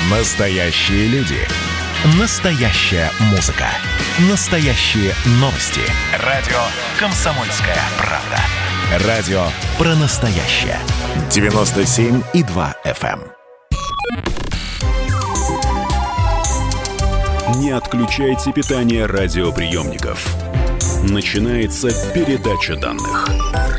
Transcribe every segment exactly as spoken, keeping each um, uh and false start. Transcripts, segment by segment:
Настоящие люди. Настоящая музыка. Настоящие новости. Радио «Комсомольская правда». Радио про настоящее. девяносто семь и два эф эм. Не отключайте питание радиоприемников. Начинается передача данных.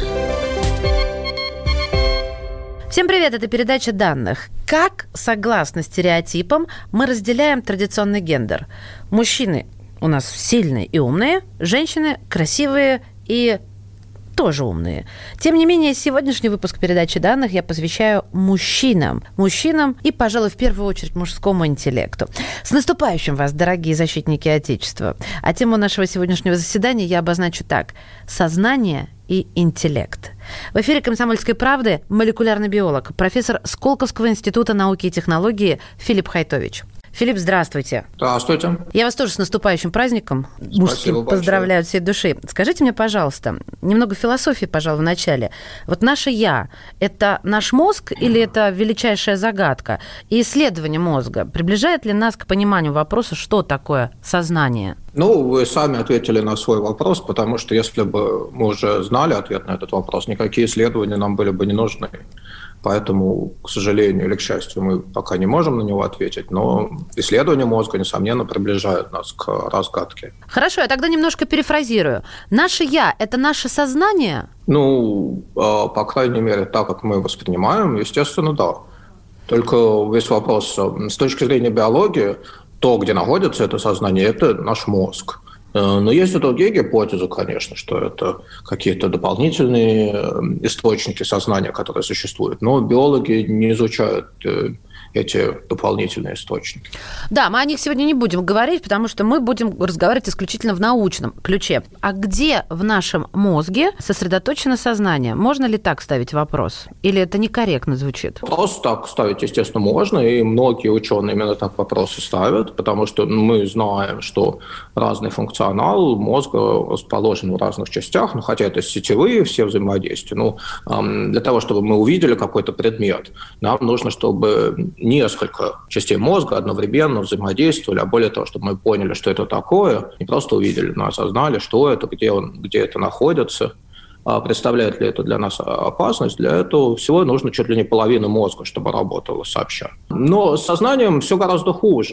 Всем привет, это передача данных. Как, согласно стереотипам, мы разделяем традиционный гендер? Мужчины у нас сильные и умные, женщины красивые и тоже умные. Тем не менее, сегодняшний выпуск передачи данных я посвящаю мужчинам. Мужчинам и, пожалуй, в первую очередь мужскому интеллекту. С наступающим вас, дорогие защитники Отечества. А тему нашего сегодняшнего заседания я обозначу так. Сознание и интеллект. В эфире «Комсомольской правды» молекулярный биолог, профессор Сколковского института науки и технологии Филипп Хайтович. Филипп, здравствуйте. Здравствуйте. Я вас тоже с наступающим праздником мужским поздравляю от всей души. Скажите мне, пожалуйста, немного философии, пожалуй, в начале. Вот наше «я» – это наш мозг или это величайшая загадка? И исследование мозга приближает ли нас к пониманию вопроса, что такое сознание? Ну, вы сами ответили на свой вопрос, потому что если бы мы уже знали ответ на этот вопрос, никакие исследования нам были бы не нужны. Поэтому, к сожалению или к счастью, мы пока не можем на него ответить, но исследования мозга, несомненно, приближают нас к разгадке. Хорошо, я тогда немножко перефразирую. Наше «я» – это наше сознание? Ну, по крайней мере, так, как мы воспринимаем, естественно, да. Только весь вопрос с точки зрения биологии, то, где находится это сознание, это наш мозг. Но есть и другие гипотезы, конечно, что это какие-то дополнительные источники сознания, которые существуют. Но биологи не изучают эти дополнительные источники. Да, мы о них сегодня не будем говорить, потому что мы будем разговаривать исключительно в научном ключе. А где в нашем мозге сосредоточено сознание? Можно ли так ставить вопрос? Или это некорректно звучит? Просто так ставить, естественно, можно, и многие ученые именно так вопросы ставят, потому что мы знаем, что разный функционал мозга расположен в разных частях, ну, хотя это сетевые все взаимодействия. Ну, для того, чтобы мы увидели какой-то предмет, нам нужно, чтобы несколько частей мозга одновременно взаимодействовали, а более того, чтобы мы поняли, что это такое, не просто увидели, но осознали, что это, где, он, где это находится, представляет ли это для нас опасность. Для этого всего нужно чуть ли не половина мозга, чтобы работало сообща. Но с сознанием все гораздо хуже.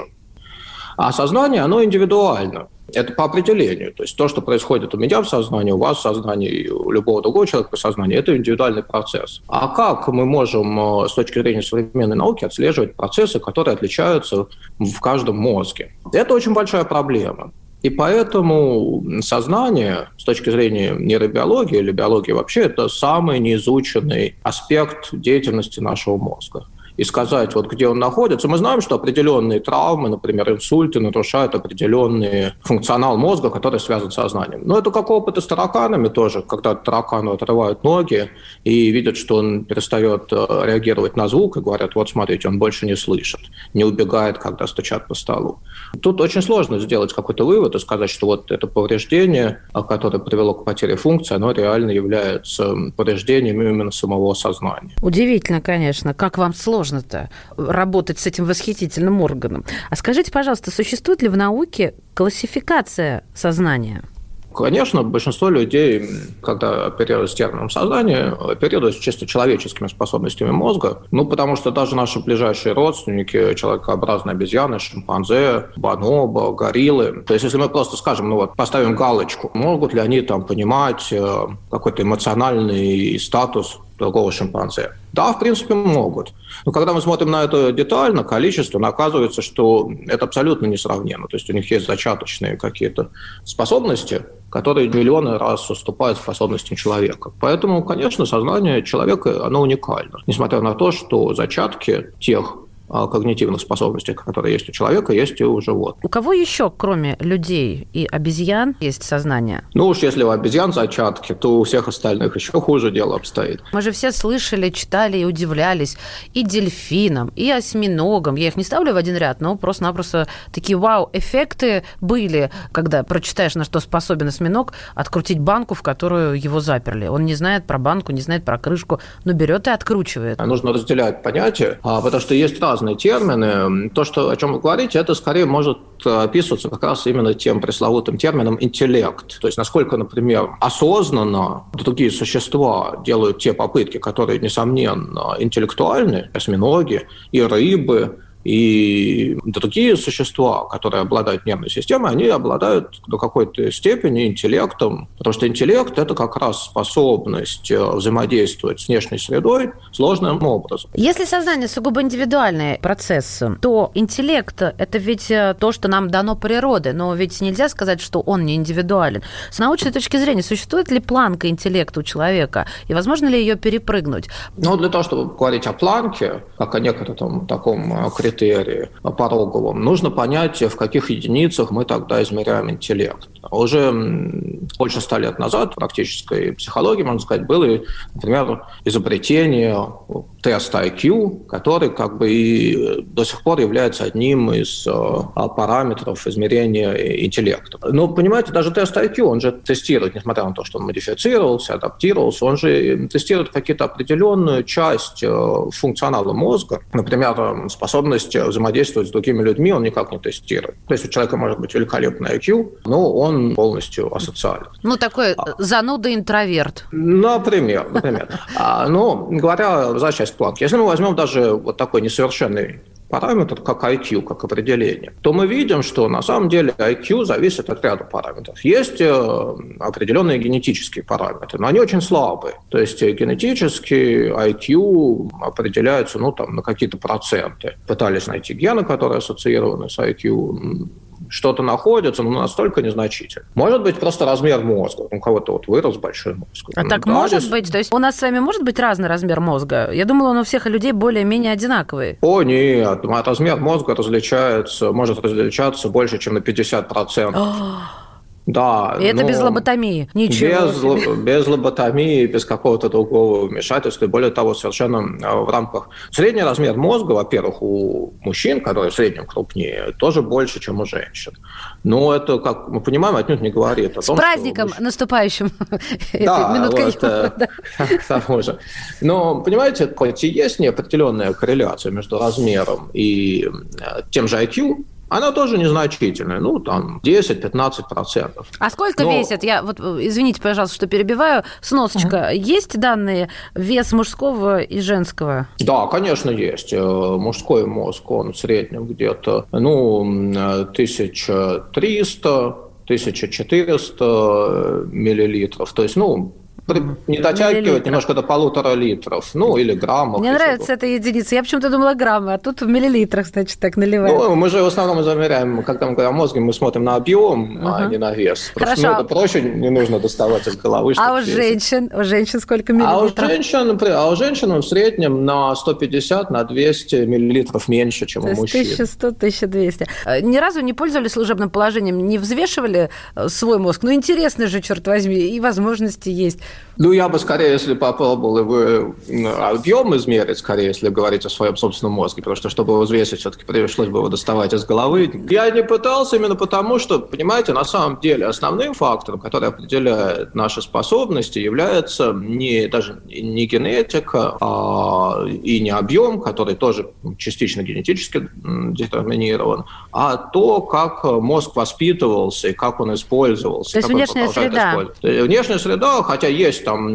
А сознание, оно индивидуально. Это по определению. То есть то, что происходит у меня в сознании, у вас в сознании, и у любого другого человека в сознании, это индивидуальный процесс. А как мы можем с точки зрения современной науки отслеживать процессы, которые отличаются в каждом мозге? Это очень большая проблема. И поэтому сознание с точки зрения нейробиологии или биологии вообще это самый неизученный аспект деятельности нашего мозга. И сказать, вот где он находится. Мы знаем, что определенные травмы, например, инсульты, нарушают определенный функционал мозга, который связан с сознанием. Но это как опыты с тараканами тоже, когда таракану отрывают ноги и видят, что он перестает реагировать на звук, и говорят, вот смотрите, он больше не слышит, не убегает, когда стучат по столу. Тут очень сложно сделать какой-то вывод и сказать, что вот это повреждение, которое привело к потере функции, оно реально является повреждением именно самого сознания. Удивительно, конечно. Как вам сложно то работать с этим восхитительным органом. А скажите, пожалуйста, существует ли в науке классификация сознания? Конечно, большинство людей, когда оперируют с термином сознания, оперируют чисто человеческими способностями мозга, ну, потому что даже наши ближайшие родственники, человекообразные обезьяны, шимпанзе, бонобо, гориллы, то есть если мы просто скажем, ну вот, поставим галочку, могут ли они там понимать какой-то эмоциональный статус другого шимпанзе? Да, в принципе, могут. Но когда мы смотрим на это детально, количественно, оказывается, что это абсолютно несравненно. То есть у них есть зачаточные какие-то способности, которые миллионы раз уступают способностям человека. Поэтому, конечно, сознание человека, оно уникально. Несмотря на то, что зачатки тех когнитивных способностей, которые есть у человека, есть и у животных. У кого еще, кроме людей и обезьян, есть сознание? Ну уж если у обезьян зачатки, то у всех остальных еще хуже дело обстоит. Мы же все слышали, читали и удивлялись и дельфинам, и осьминогам. Я их не ставлю в один ряд, но просто-напросто такие вау-эффекты были, когда прочитаешь, на что способен осьминог, открутить банку, в которую его заперли. Он не знает про банку, не знает про крышку, но берет и откручивает. Нужно разделять понятия, потому что есть разные разные термины. То, что, о чем вы говорите, это скорее может описываться как раз именно тем пресловутым термином «интеллект». То есть насколько, например, осознанно другие существа делают те попытки, которые, несомненно, интеллектуальны, осьминоги и рыбы, и другие существа, которые обладают нервной системой, они обладают до какой-то степени интеллектом, потому что интеллект – это как раз способность взаимодействовать с внешней средой сложным образом. Если сознание сугубо индивидуальный процесс, то интеллект – это ведь то, что нам дано природой, но ведь нельзя сказать, что он не индивидуален. С научной точки зрения, существует ли планка интеллекта у человека, и возможно ли ее перепрыгнуть? Ну, для того, чтобы говорить о планке, как о некотором таком критерии, пороговом, нужно понять, в каких единицах мы тогда измеряем интеллект. Уже больше ста лет назад в практической психологии, можно сказать, было, например, изобретение теста ай кью, который как бы и до сих пор является одним из параметров измерения интеллекта. Но, понимаете, даже тест ай кью, он же тестирует, несмотря на то, что он модифицировался, адаптировался, он же тестирует какие-то определенную часть функционала мозга, например, способность взаимодействовать с другими людьми, он никак не тестирует. То есть у человека может быть великолепный ай кью, но он полностью асоциален. Ну, такой зануда-интроверт. Например, например. А, ну, говоря, возвращаясь к планке, если мы возьмем даже вот такой несовершенный параметр, как ай кью, как определение, то мы видим, что на самом деле ай кью зависит от ряда параметров. Есть определенные генетические параметры, но они очень слабые. То есть генетически ай кью определяется, ну, там, на какие-то проценты. Пытались найти гены, которые ассоциированы с ай кью, что-то находится, но настолько незначительно. Может быть, просто размер мозга. У кого-то вот вырос большой мозг. А ну, так да, может здесь... быть? То есть у нас с вами может быть разный размер мозга? Я думала, он у всех людей более-менее одинаковый. О, нет. Размер мозга различается, может различаться больше, чем на пятьдесят процентов. Да, и это ну, без лоботомии? Ничего без, без лоботомии, без какого-то другого вмешательства. И более того, совершенно в рамках... Средний размер мозга, во-первых, у мужчин, которые в среднем крупнее, тоже больше, чем у женщин. Но это, как мы понимаем, отнюдь не говорит о том, С праздником что... наступающим. Да, вот, к тому же. Но, понимаете, хоть и есть неопределенная корреляция между размером и тем же ай кью, она тоже незначительная, ну, там, десять-пятнадцать процентов. А сколько Но... весит? Я вот, извините, пожалуйста, что перебиваю. Сносочка. Uh-huh. Есть данные вес мужского и женского? Да, конечно, есть. Мужской мозг, он в среднем где-то, ну, тысяча триста - тысяча четыреста миллилитров. То есть, ну, не дотягивать немножко до полутора литров, ну, или граммов. Мне нравится эта единица. Я почему-то думала граммы, а тут в миллилитрах, значит, так наливаем. Ну, мы же в основном замеряем, когда мы говорим о мозге, мы смотрим на объем, uh-huh. а не на вес. Просто, ну, это проще, не нужно доставать из головы. А у женщин? У женщин сколько миллилитров? А у женщин, а у женщин в среднем на сто пятьдесят - на двести миллилитров меньше, чем то у мужчин. тысяча сто - тысяча двести. Ни разу не пользовались служебным положением, не взвешивали свой мозг? Ну, интересно же, черт возьми, и возможности есть. Ну, я бы скорее, если попробовал его объем измерить, скорее, если говорить о своем собственном мозге, потому что, чтобы его взвесить, все-таки пришлось бы его доставать из головы. Я не пытался именно потому, что, понимаете, на самом деле основным фактором, который определяет наши способности, является не, даже не генетика а, и не объем, который тоже частично генетически детерминирован, а то, как мозг воспитывался и как он использовался. То есть внешняя среда. Внешняя среда, хотя есть там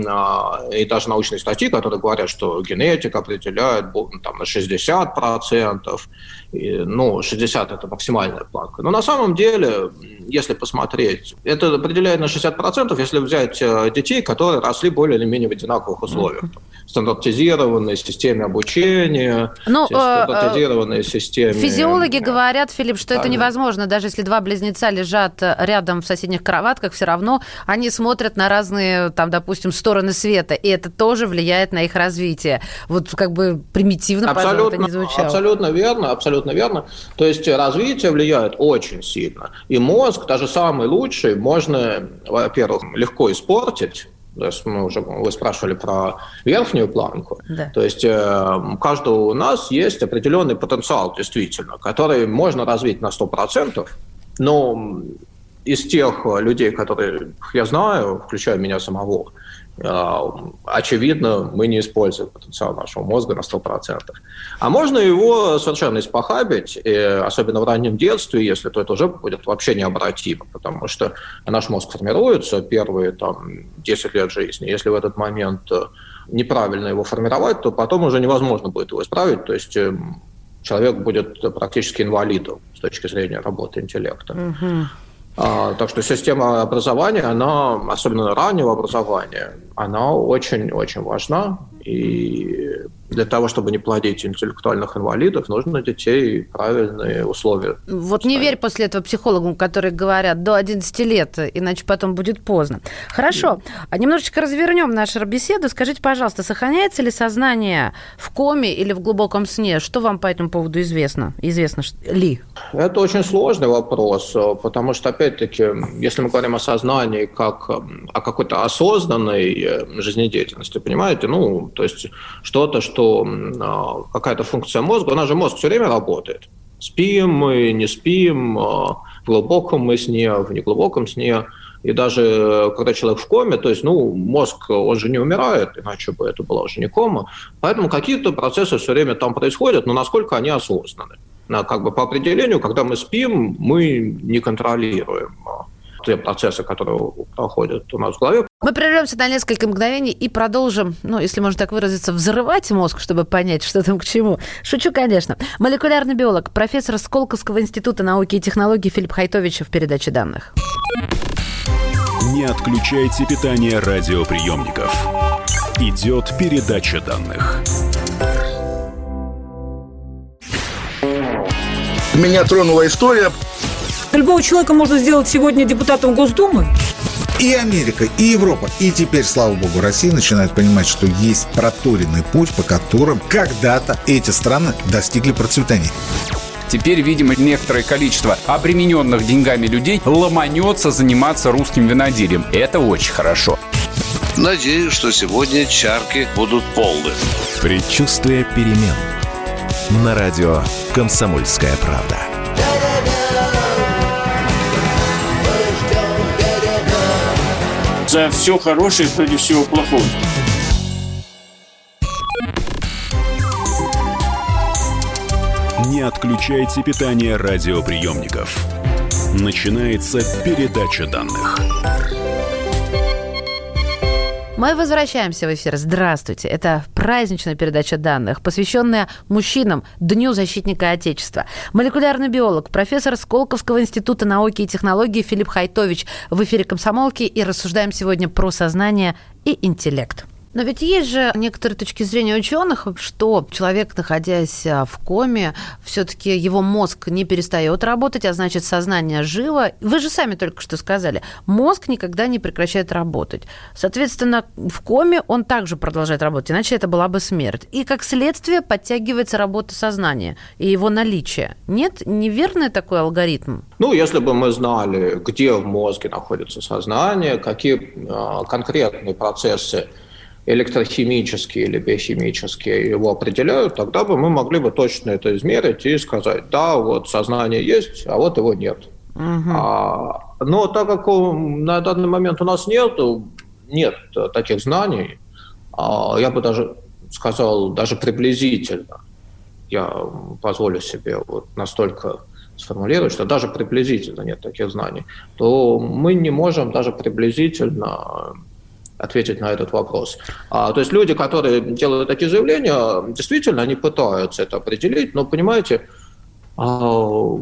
и даже научные статьи, которые говорят, что генетика определяет там, на шестьдесят процентов, и, ну, шестьдесят – это максимальная планка. Но на самом деле, если посмотреть, это определяет на шестьдесят процентов, если взять детей, которые росли более или менее в одинаковых условиях. Mm-hmm. Стандартизированной системе обучения, ну, стандартизированной э, системе... Физиологи говорят, Филипп, что да, это невозможно. Даже если два близнеца лежат рядом в соседних кроватках, все равно они смотрят на разные, там, допустим, стороны света, и это тоже влияет на их развитие. Вот как бы примитивно, абсолютно, пожалуй, это не звучало. Абсолютно верно, абсолютно верно. То есть развитие влияет очень сильно. И мозг, даже самый лучший, можно, во-первых, легко испортить. То есть мы уже, вы спрашивали про верхнюю планку. Да. То есть э, у каждого у нас есть определенный потенциал, действительно, который можно развить на сто процентов, но из тех людей, которые я знаю, включая меня самого, очевидно, мы не используем потенциал нашего мозга на сто процентов. А можно его совершенно испохабить, и особенно в раннем детстве, если то это уже будет вообще необратимо, потому что наш мозг формируется первые там, десять лет жизни. Если в этот момент неправильно его формировать, то потом уже невозможно будет его исправить, то есть человек будет практически инвалидом с точки зрения работы интеллекта. Угу. А, так что система образования, она, особенно раннего образования, она очень-очень важна. И для того, чтобы не плодить интеллектуальных инвалидов, нужно для детей правильные условия. Вот ставить. Не верь после этого психологам, которые говорят до одиннадцати лет, иначе потом будет поздно. Хорошо. А немножечко развернем нашу беседу. Скажите, пожалуйста, сохраняется ли сознание в коме или в глубоком сне? Что вам по этому поводу известно? Известно ли? Это очень сложный вопрос, потому что, опять-таки, если мы говорим о сознании как о какой-то осознанной жизнедеятельности, понимаете, ну, то есть что-то, что какая-то функция мозга, у нас же мозг все время работает. Спим мы, не спим, в глубоком мы сне, в неглубоком сне. И даже когда человек в коме, то есть, ну, мозг, он же не умирает, иначе бы это была уже не кома. Поэтому какие-то процессы все время там происходят, но насколько они осознаны. Как бы по определению, когда мы спим, мы не контролируем те процессы, которые проходят у нас в голове. Мы прервемся на несколько мгновений и продолжим, ну, если можно так выразиться, взрывать мозг, чтобы понять, что там к чему. Шучу, конечно. Молекулярный биолог, профессор Сколковского института науки и технологий Филипп Хайтович в передаче данных. Не отключайте питание радиоприемников. Идет передача данных. Меня тронула история. Любого человека можно сделать сегодня депутатом Госдумы. И Америка, и Европа, и теперь, слава богу, Россия начинает понимать, что есть проторенный путь, по которым когда-то эти страны достигли процветания. Теперь, видимо, некоторое количество обремененных деньгами людей ломанется заниматься русским виноделием. Это очень хорошо. Надеюсь, что сегодня чарки будут полны. Предчувствие перемен. На радио «Комсомольская правда». За все хорошее против всего плохого. Не отключайте питание радиоприемников. Начинается передача данных. Мы возвращаемся в эфир. Здравствуйте. Это праздничная передача данных, посвященная мужчинам, Дню защитника Отечества. Молекулярный биолог, профессор Сколковского института науки и технологий Филипп Хайтович в эфире «Комсомолки». И рассуждаем сегодня про сознание и интеллект. Но ведь есть же некоторые точки зрения ученых, что человек, находясь в коме, все-таки его мозг не перестает работать, а значит, сознание живо. Вы же сами только что сказали, мозг никогда не прекращает работать. Соответственно, в коме он также продолжает работать, иначе это была бы смерть. И как следствие подтягивается работа сознания и его наличие. Нет, неверный такой алгоритм? Ну, если бы мы знали, где в мозге находится сознание, какие э, конкретные процессы электрохимические или биохимические его определяют, тогда бы мы могли бы точно это измерить и сказать, да, вот сознание есть, а вот его нет. Угу. А, но так как на данный момент у нас нет, нет таких знаний, а, я бы даже сказал, даже приблизительно, я позволю себе вот настолько сформулировать, что даже приблизительно нет таких знаний, то мы не можем даже приблизительно ответить на этот вопрос. А, то есть люди, которые делают такие заявления, действительно, они пытаются это определить, но, понимаете, а,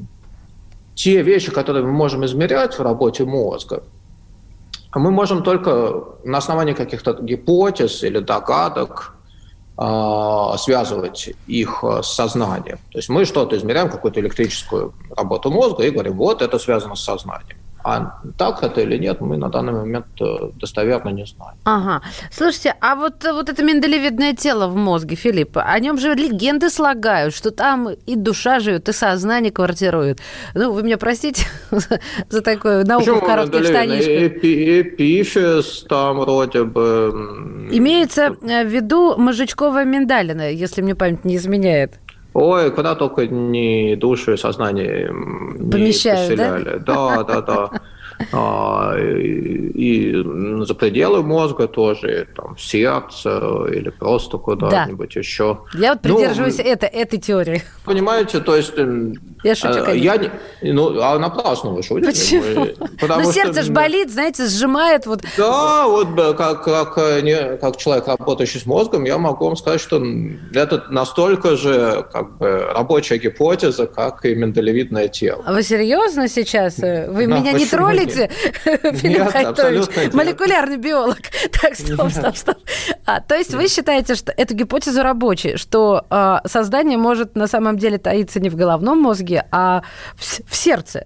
те вещи, которые мы можем измерять в работе мозга, мы можем только на основании каких-то гипотез или догадок а, связывать их с сознанием. То есть мы что-то измеряем, какую-то электрическую работу мозга и говорим, вот это связано с сознанием. А так это или нет, мы на данный момент достоверно не знаем. Ага. Слушайте, а вот, вот это миндалевидное тело в мозге, Филипп, о нем же легенды слагают, что там и душа живет, и сознание квартирует. Ну, вы меня простите за такую науку в коротких штанишках. Эпифиз там вроде бы... Имеется в виду мозжечковая миндалина, если мне память не изменяет. Ой, куда только не души и сознание помещают, не поселяли. Да, да, да. И за пределы мозга тоже, там, в сердце или просто куда-нибудь да. еще. Я вот придерживаюсь ну, это, этой теории. Понимаете, то есть... Я шучу, конечно. Я не, ну, а напрасно вы шутите. Почему? Ну, сердце же болит, знаете, сжимает. Вот. Да, вот как, как, как человек, работающий с мозгом, я могу вам сказать, что это настолько же как бы рабочая гипотеза, как и миндалевидное тело. А вы серьезно сейчас? Вы да, меня не троллите, Филипп Хайтович? Молекулярный биолог. Так, стоп, стоп, стоп. А, то есть вы считаете, что эту гипотезу рабочей, что а, сознание может на самом деле таиться не в головном мозге, а в, в сердце?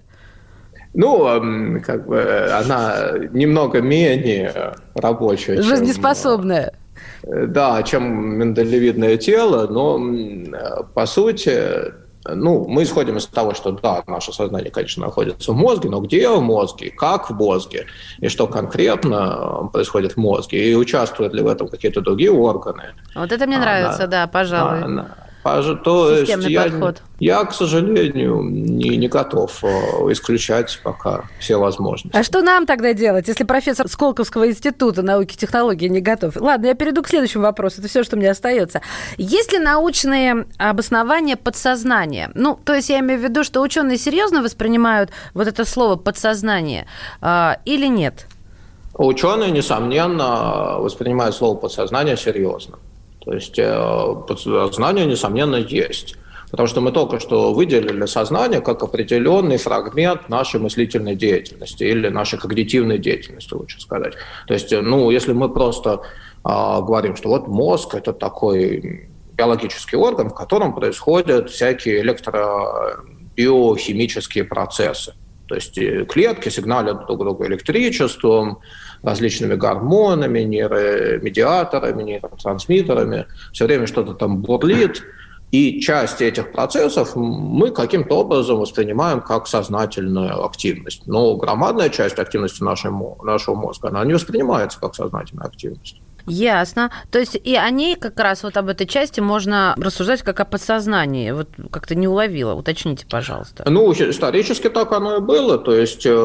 Ну, как бы она немного менее рабочая. Жизнеспособная. Чем, да, чем миндалевидное тело, но по сути, ну, мы исходим из того, что да, наше сознание, конечно, находится в мозге, но где в мозге, как в мозге, и что конкретно происходит в мозге, и участвуют ли в этом какие-то другие органы. Вот это мне нравится, а, да, пожалуй. А, То Системный есть подход. Я, я, к сожалению, не, не готов исключать пока все возможности. А что нам тогда делать, если профессор Сколковского института науки и технологий не готов? Ладно, я перейду к следующему вопросу. Это все, что мне остается. Есть ли научные обоснования подсознания? Ну, то есть я имею в виду, что ученые серьезно воспринимают вот это слово подсознание а, или нет? Ученые, несомненно, воспринимают слово подсознание серьезно. То есть подсознание, несомненно, есть. Потому что мы только что выделили сознание как определенный фрагмент нашей мыслительной деятельности или нашей когнитивной деятельности, лучше сказать. То есть, ну, если мы просто э, говорим, что вот мозг – это такой биологический орган, в котором происходят всякие электробиохимические процессы. То есть клетки сигналят друг другу электричеством, различными гормонами, нейромедиаторами, нейротрансмиттерами. Все время что-то там бурлит. И часть этих процессов мы каким-то образом воспринимаем как сознательную активность. Но громадная часть активности нашего, нашего мозга, она не воспринимается как сознательная активность. Ясно. То есть и о ней как раз вот об этой части можно рассуждать как о подсознании. Вот как-то не уловила. Уточните, пожалуйста. Ну, исторически так оно и было. То есть э,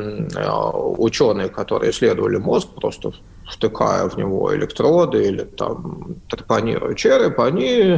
ученые, которые исследовали мозг, просто втыкая в него электроды или там трепанируя череп, они, э,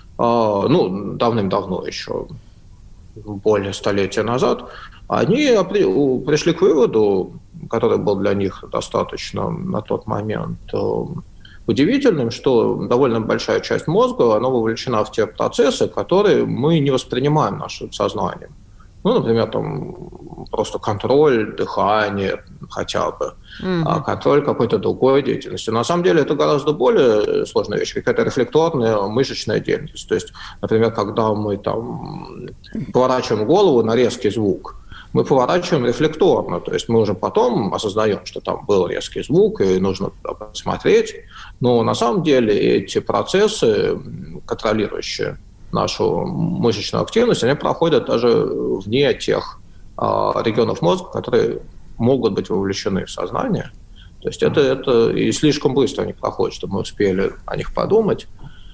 ну, давным-давно еще, более столетия назад, они пришли к выводу, который был для них достаточно на тот момент удивительным, что довольно большая часть мозга, она вовлечена в те процессы, которые мы не воспринимаем нашим сознанием. Ну, например, там просто контроль дыхания хотя бы, mm-hmm. контроль какой-то другой деятельности. На самом деле это гораздо более сложная вещь, какая-то рефлекторная мышечная деятельность. То есть, например, когда мы там поворачиваем голову на резкий звук, мы поворачиваем рефлекторно, то есть мы уже потом осознаем, что там был резкий звук и нужно посмотреть, но на самом деле эти процессы, контролирующие нашу мышечную активность, они проходят даже вне тех а, регионов мозга, которые могут быть вовлечены в сознание. То есть это, это и слишком быстро они проходят, чтобы мы успели о них подумать.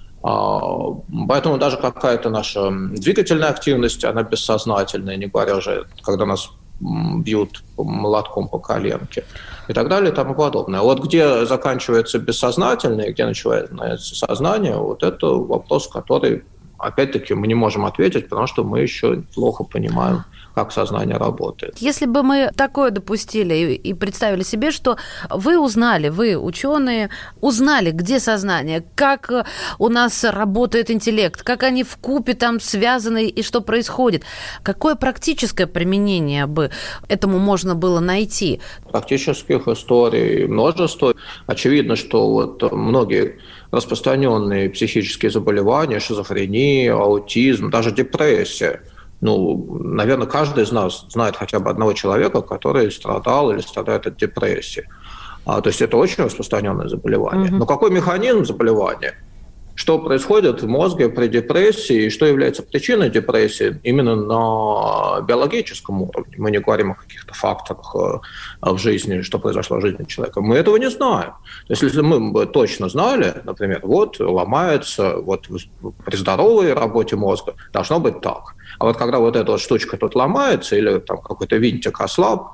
Поэтому даже какая-то наша двигательная активность, она бессознательная, не говоря уже, когда нас бьют молотком по коленке и так далее и тому подобное. Вот где заканчивается бессознательное, где начинается сознание, вот это вопрос, который, опять-таки, мы не можем ответить, потому что мы еще плохо понимаем, как сознание работает. Если бы мы такое допустили и представили себе, что вы узнали, вы, ученые, узнали, где сознание, как у нас работает интеллект, как они вкупе там связаны и что происходит, какое практическое применение бы этому можно было найти? Практических историй множество. Очевидно, что вот многие распространенные психические заболевания, шизофрения, аутизм, даже депрессия, ну, наверное, каждый из нас знает хотя бы одного человека, который страдал или страдает от депрессии. А, то есть это очень распространенное заболевание. Mm-hmm. Но какой механизм заболевания? что происходит в мозге при депрессии и что является причиной депрессии именно на биологическом уровне. Мы не говорим о каких-то факторах в жизни, что произошло в жизни человека. Мы этого не знаем. То есть, если мы бы точно знали, например, вот ломается, вот при здоровой работе мозга должно быть так. А вот когда вот эта вот штучка тут ломается или там какой-то винтик ослаб,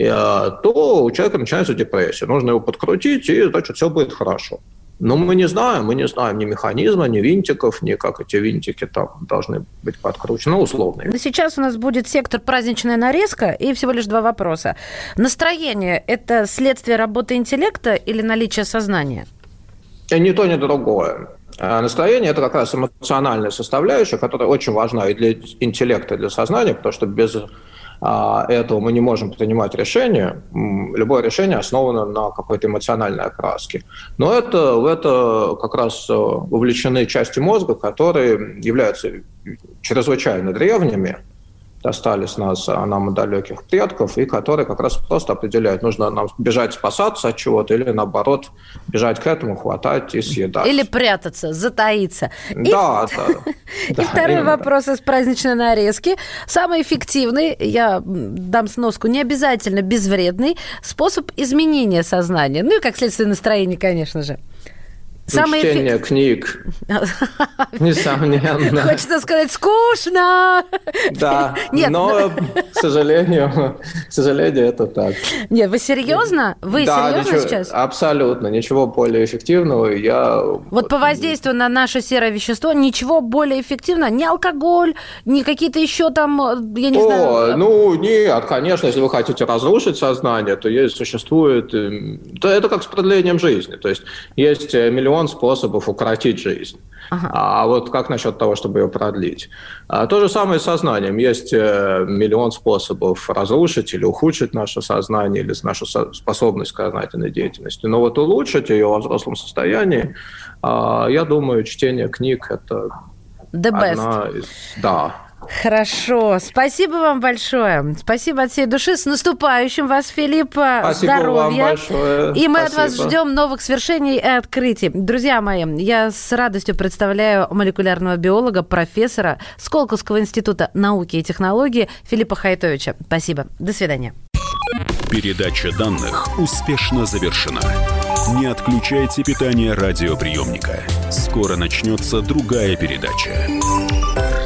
то у человека начинается депрессия. Нужно его подкрутить, и, значит, все будет хорошо. Но мы не знаем, мы не знаем ни механизма, ни винтиков, ни как эти винтики там должны быть подкручены, ну, условно. Но сейчас у нас будет сектор «Праздничная нарезка» и всего лишь два вопроса. Настроение – это следствие работы интеллекта или наличия сознания? И ни то, ни другое. Настроение – это как раз эмоциональная составляющая, которая очень важна и для интеллекта, и для сознания, потому что без этого мы не можем принимать решения. Любое решение основано на какой-то эмоциональной окраске. Но это, в это как раз вовлечены части мозга, которые являются чрезвычайно древними, достались нас, нам от далеких предков, и которые как раз просто определяют, нужно нам бежать спасаться от чего-то или, наоборот, бежать к этому, хватать и съедать. Или прятаться, затаиться. Да, и... да. И второй вопрос из праздничной нарезки. Самый эффективный, я дам сноску, не обязательно безвредный способ изменения сознания. Ну и, как следствие, настроения, конечно же. Самое чтение эффект... книг, несомненно. Хочется сказать, скучно. Да, Нет, но, к сожалению, к сожалению, это так. Нет, вы серьезно? Вы да, серьезно ничего, сейчас? Абсолютно, ничего более эффективного я... Вот по воздействию на наше серое вещество ничего более эффективного, ни алкоголь, ни какие-то еще там, я не О, знаю... Ну, нет, конечно, если вы хотите разрушить сознание, то есть существует... Да, это как с продлением жизни, то есть есть миллион способов укоротить жизнь. Ага. А вот как насчет того, чтобы ее продлить? А то же самое с сознанием. Есть миллион способов разрушить или ухудшить наше сознание, или нашу способность к сознательной деятельности. Но вот улучшить ее во взрослом состоянии, я думаю, чтение книг – это The best. одна из... Да. Хорошо. Спасибо вам большое. Спасибо от всей души. С наступающим вас, Филипп. Спасибо Здоровья. вам большое. И мы Спасибо. от вас ждем новых свершений и открытий. Друзья мои, я с радостью представляю молекулярного биолога, профессора Сколковского института науки и технологий Филиппа Хайтовича. Спасибо. До свидания. Передача данных успешно завершена. Не отключайте питание радиоприемника. Скоро начнется другая передача.